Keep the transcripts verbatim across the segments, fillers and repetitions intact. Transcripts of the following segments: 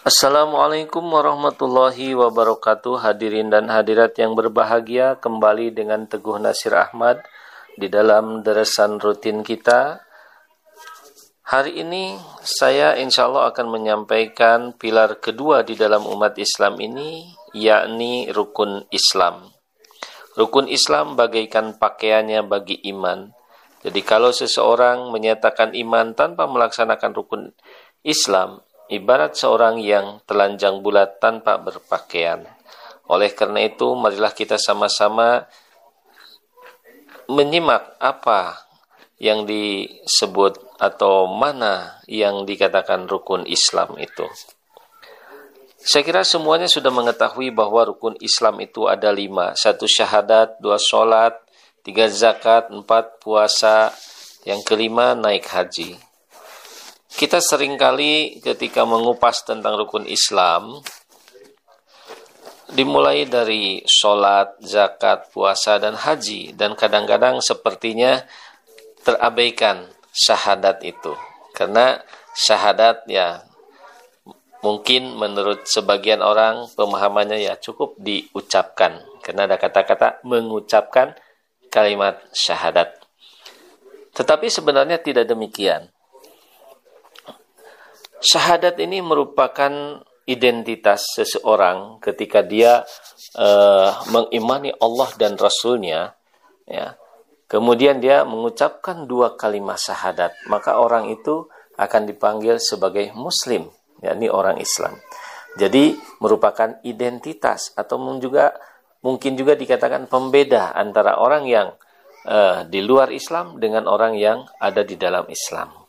Assalamualaikum warahmatullahi wabarakatuh. Hadirin dan hadirat yang berbahagia, kembali dengan Teguh Nasir Ahmad di dalam deresan rutin kita. Hari ini saya insya Allah akan menyampaikan pilar kedua di dalam umat Islam ini, yakni rukun Islam. Rukun Islam bagaikan pakaiannya bagi iman. Jadi kalau seseorang menyatakan iman tanpa melaksanakan rukun Islam, ibarat seorang yang telanjang bulat tanpa berpakaian. Oleh karena itu, marilah kita sama-sama menyimak apa yang disebut atau mana yang dikatakan rukun Islam itu. Saya kira semuanya sudah mengetahui bahwa rukun Islam itu ada lima. Satu syahadat, dua sholat, tiga zakat, empat puasa, yang kelima naik haji. Kita seringkali ketika mengupas tentang rukun Islam, dimulai dari sholat, zakat, puasa, dan haji. Dan kadang-kadang sepertinya terabaikan syahadat itu. Karena syahadat ya mungkin menurut sebagian orang pemahamannya ya cukup diucapkan. Karena ada kata-kata mengucapkan kalimat syahadat. Tetapi sebenarnya tidak demikian. Syahadat ini merupakan identitas seseorang ketika dia uh, mengimani Allah dan Rasulnya, ya. Kemudian dia mengucapkan dua kalimat syahadat, maka orang itu akan dipanggil sebagai Muslim, yakni orang Islam. Jadi merupakan identitas atau juga mungkin juga dikatakan pembeda antara orang yang uh, di luar Islam dengan orang yang ada di dalam Islam.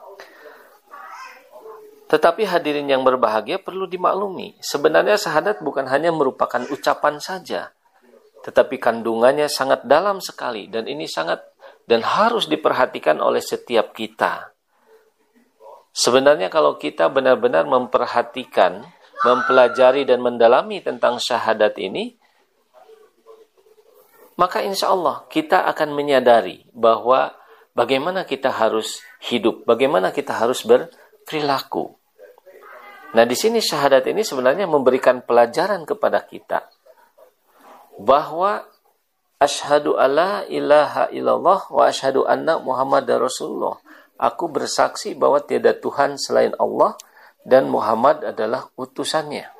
Tetapi hadirin yang berbahagia perlu dimaklumi, sebenarnya syahadat bukan hanya merupakan ucapan saja, tetapi kandungannya sangat dalam sekali, dan ini sangat dan harus diperhatikan oleh setiap kita. Sebenarnya kalau kita benar-benar memperhatikan, mempelajari dan mendalami tentang syahadat ini, maka insya Allah kita akan menyadari bahwa bagaimana kita harus hidup, bagaimana kita harus berperilaku. Nah, di sini syahadat ini sebenarnya memberikan pelajaran kepada kita bahwa asyhadu alla ilaha illallah wa asyhadu anna Muhammadar Rasulullah. Aku bersaksi bahwa tiada Tuhan selain Allah dan Muhammad adalah utusannya.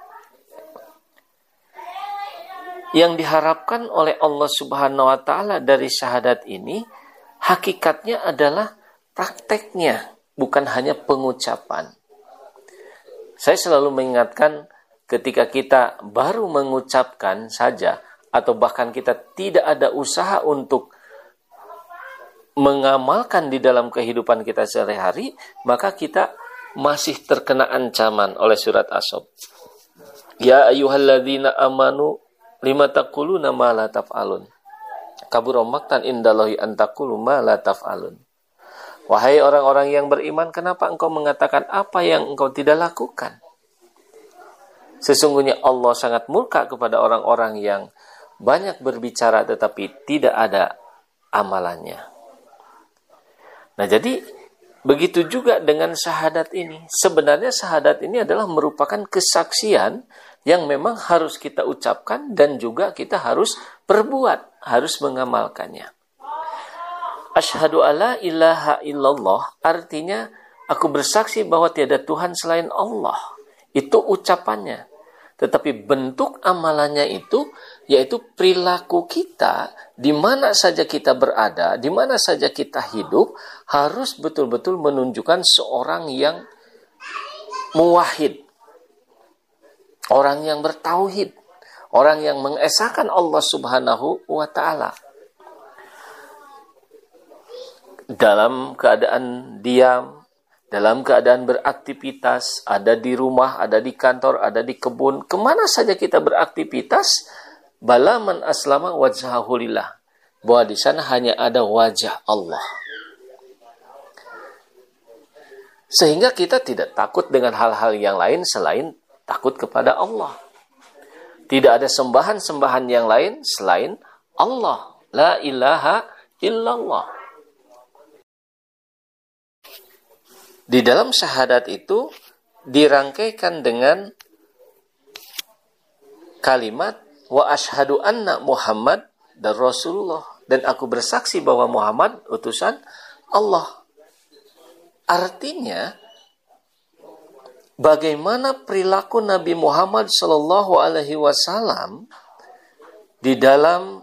Yang diharapkan oleh Allah Subhanahu wa taala dari syahadat ini hakikatnya adalah prakteknya, bukan hanya pengucapan. Saya selalu mengingatkan ketika kita baru mengucapkan saja atau bahkan kita tidak ada usaha untuk mengamalkan di dalam kehidupan kita sehari-hari, maka kita masih terkena ancaman oleh surat As-Saff. Ya ayyuhalladzina amanu lima taquluna ma la taf'alun. Kabura maqtan indallahi an taqulu ma la taf'alun. Wahai orang-orang yang beriman, kenapa engkau mengatakan apa yang engkau tidak lakukan? Sesungguhnya Allah sangat murka kepada orang-orang yang banyak berbicara tetapi tidak ada amalannya. Nah, jadi begitu juga dengan syahadat ini. Sebenarnya syahadat ini adalah merupakan kesaksian yang memang harus kita ucapkan dan juga kita harus perbuat, harus mengamalkannya. Asyhadu alla ilaha illallah artinya aku bersaksi bahwa tiada Tuhan selain Allah. Itu ucapannya. Tetapi bentuk amalannya itu yaitu perilaku kita di mana saja kita berada, di mana saja kita hidup harus betul-betul menunjukkan seorang yang muwahhid. Orang yang bertauhid, orang yang mengesahkan Allah Subhanahu wa taala. Dalam keadaan diam, dalam keadaan beraktivitas, ada di rumah, ada di kantor, ada di kebun, kemana saja kita beraktivitas, bala man aslama wajhahu lillah, bahwa di sana hanya ada wajah Allah. Sehingga kita tidak takut dengan hal-hal yang lain selain takut kepada Allah. Tidak ada sembahan-sembahan yang lain selain Allah. La ilaha illallah. Di dalam syahadat itu dirangkaikan dengan kalimat wa ashhadu anna Muhammad dan Rasulullah, dan aku bersaksi bahwa Muhammad utusan Allah. Artinya bagaimana perilaku Nabi Muhammad Shallallahu Alaihi Wasallam di dalam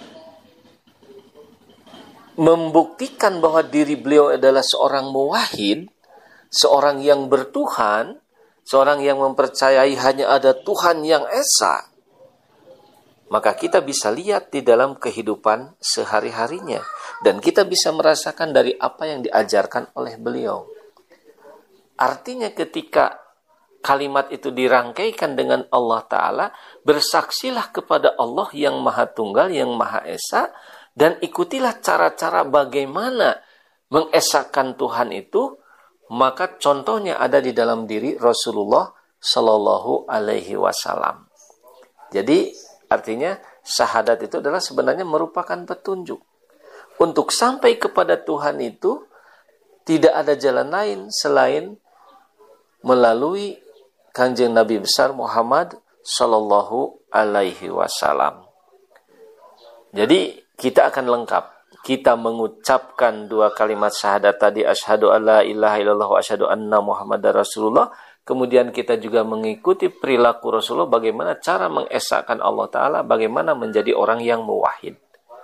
membuktikan bahwa diri beliau adalah seorang muwahhid, seorang yang bertuhan, seorang yang mempercayai hanya ada Tuhan yang esa. Maka kita bisa lihat di dalam kehidupan sehari-harinya, dan kita bisa merasakan dari apa yang diajarkan oleh beliau. Artinya ketika kalimat itu dirangkaikan dengan Allah Ta'ala, bersaksilah kepada Allah yang Maha Tunggal, yang Maha Esa, dan ikutilah cara-cara bagaimana mengesahkan Tuhan itu. Maka contohnya ada di dalam diri Rasulullah Shallallahu Alaihi Wasallam. Jadi artinya syahadat itu adalah sebenarnya merupakan petunjuk. Untuk sampai kepada Tuhan itu tidak ada jalan lain selain melalui Kanjeng Nabi besar Muhammad Shallallahu Alaihi Wasallam. Jadi kita akan lengkap. Kita mengucapkan dua kalimat syahadat tadi, asyhadu alla ilaha illallah wa asyhadu anna Muhammadar Rasulullah. Kemudian kita juga mengikuti perilaku Rasulullah, bagaimana cara mengesahkan Allah Ta'ala, bagaimana menjadi orang yang muwahhid.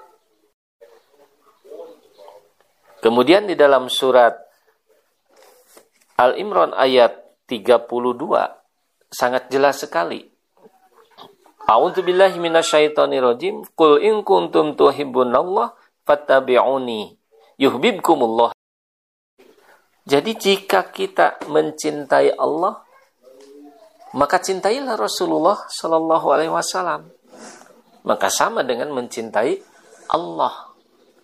Kemudian di dalam surat Al-Imran ayat tiga puluh dua sangat jelas sekali. A'udzu billahi minasyaitonir rajim. Qul in kuntum tuhibbunallah fattabi'uni yuhibbukumullah. Jadi jika kita mencintai Allah, maka cintailah Rasulullah Shallallahu Alaihi Wasallam. Maka sama dengan mencintai Allah.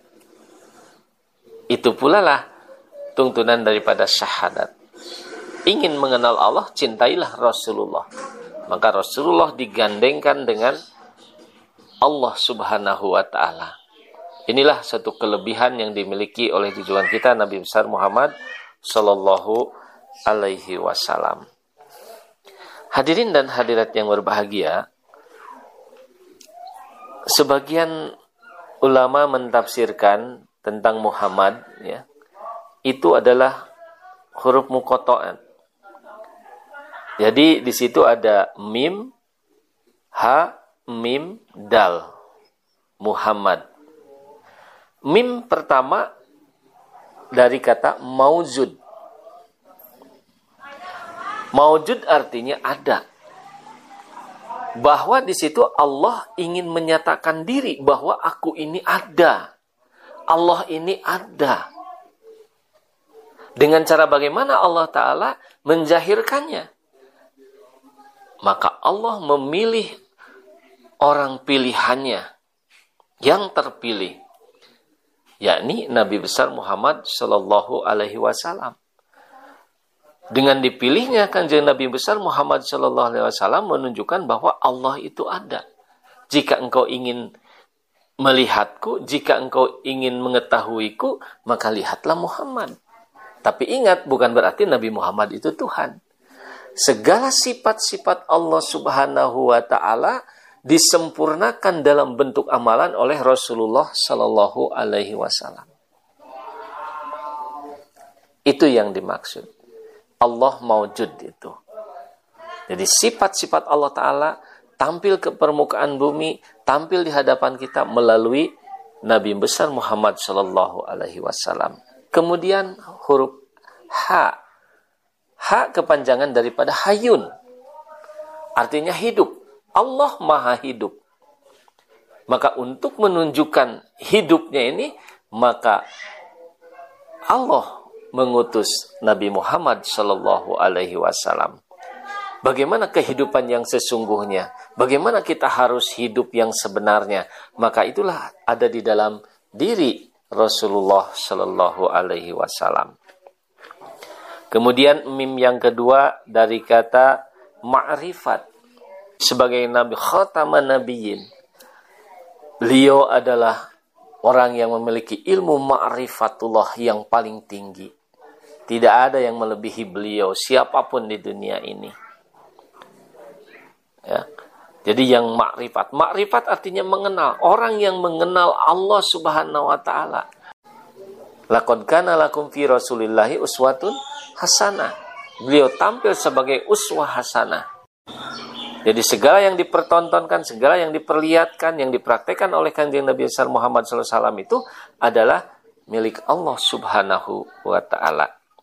Itu pula lah tuntunan daripada syahadat. Ingin mengenal Allah, cintailah Rasulullah. Maka Rasulullah digandengkan dengan Allah Subhanahu Wa Taala. Inilah satu kelebihan yang dimiliki oleh junjungan kita Nabi besar Muhammad Sallallahu Alaihi Wasallam. Hadirin dan hadirat yang berbahagia, sebagian ulama mentafsirkan tentang Muhammad, ya, itu adalah huruf muqatta'at. Jadi di situ ada mim, ha, mim, dal, Muhammad. Mim pertama dari kata maujud. Maujud artinya ada. Bahwa di situ Allah ingin menyatakan diri bahwa aku ini ada. Allah ini ada. Dengan cara bagaimana Allah Ta'ala menjahirkannya? Maka Allah memilih orang pilihannya yang terpilih, yakni Nabi besar Muhammad Sallallahu Alaihi Wasallam. Dengan dipilihnya Kanjeng Nabi besar Muhammad Sallallahu Alaihi Wasallam menunjukkan bahwa Allah itu ada. Jika engkau ingin melihatku, jika engkau ingin mengetahuiku, maka lihatlah Muhammad. Tapi ingat, bukan berarti Nabi Muhammad itu Tuhan. Segala sifat-sifat Allah Subhanahu Wa Taala disempurnakan dalam bentuk amalan oleh Rasulullah Sallallahu Alaihi Wasallam. Itu yang dimaksud. Allah maujud itu. Jadi sifat-sifat Allah Ta'ala tampil ke permukaan bumi, tampil di hadapan kita melalui Nabi besar Muhammad Sallallahu Alaihi Wasallam. Kemudian huruf ha. Ha kepanjangan daripada Hayyun. Artinya hidup. Allah Maha Hidup. Maka untuk menunjukkan hidupnya ini, maka Allah mengutus Nabi Muhammad Sallallahu Alaihi Wasallam. Bagaimana kehidupan yang sesungguhnya? Bagaimana kita harus hidup yang sebenarnya? Maka itulah ada di dalam diri Rasulullah Sallallahu Alaihi Wasallam. Kemudian mim yang kedua dari kata ma'rifat. Sebagai Nabi khataman nabiyyin, beliau adalah orang yang memiliki ilmu ma'rifatullah yang paling tinggi. Tidak ada yang melebihi beliau, siapapun di dunia ini. Ya. Jadi yang makrifat. Makrifat artinya mengenal. Orang yang mengenal Allah subhanahu wa ta'ala. Laqad kana lakum fi rasulillahi uswatun hasanah. Beliau tampil sebagai uswah hasanah. Jadi segala yang dipertontonkan, segala yang diperlihatkan, yang dipraktekkan oleh kanjeng Nabi besar Muhammad shallallahu alaihi wasallam itu adalah milik Allah subhanahu wa ta'ala.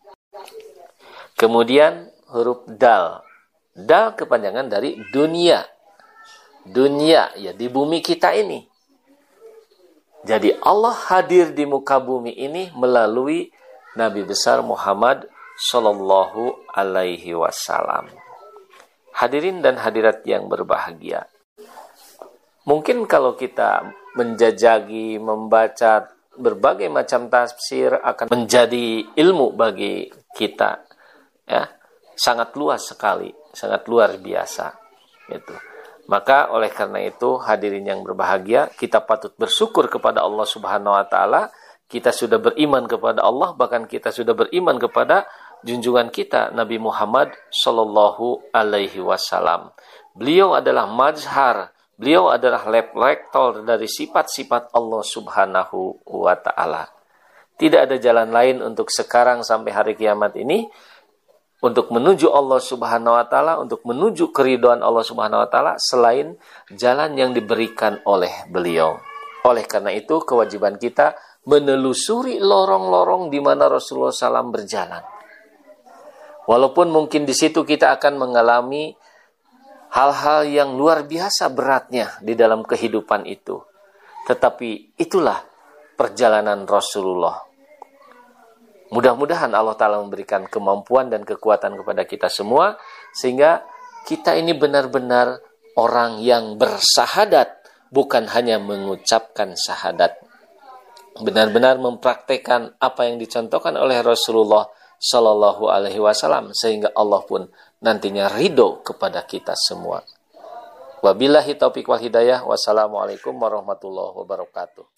Kemudian huruf dal. Dal kepanjangan dari dunia. Dunia, ya di bumi kita ini. Jadi Allah hadir di muka bumi ini melalui Nabi besar Muhammad Sallallahu Alaihi Wasallam. Hadirin dan hadirat yang berbahagia. Mungkin kalau kita menjajagi, membaca berbagai macam tafsir akan menjadi ilmu bagi kita. Ya, sangat luas sekali, sangat luar biasa. Gitu. Maka oleh karena itu hadirin yang berbahagia, kita patut bersyukur kepada Allah Subhanahu wa taala. Kita sudah beriman kepada Allah, bahkan kita sudah beriman kepada junjungan kita Nabi Muhammad sallallahu alaihi wasallam. Beliau adalah mazhar, beliau adalah lab rektor dari sifat-sifat Allah Subhanahu wa taala. Tidak ada jalan lain untuk sekarang sampai hari kiamat ini untuk menuju Allah Subhanahu wa taala, untuk menuju keridhaan Allah Subhanahu wa taala selain jalan yang diberikan oleh beliau. Oleh karena itu kewajiban kita menelusuri lorong-lorong di mana Rasulullah shallallahu alaihi wasallam berjalan. Walaupun mungkin di situ kita akan mengalami hal-hal yang luar biasa beratnya di dalam kehidupan itu. Tetapi itulah perjalanan Rasulullah. Mudah-mudahan Allah Ta'ala memberikan kemampuan dan kekuatan kepada kita semua, sehingga kita ini benar-benar orang yang bersahadat, bukan hanya mengucapkan syahadat. Benar-benar mempraktekkan apa yang dicontohkan oleh Rasulullah Sallallahu Alaihi Wasallam, sehingga Allah pun nantinya ridho kepada kita semua. Wabillahi taufiq wal hidayah. Wassalamualaikum warahmatullahi wabarakatuh.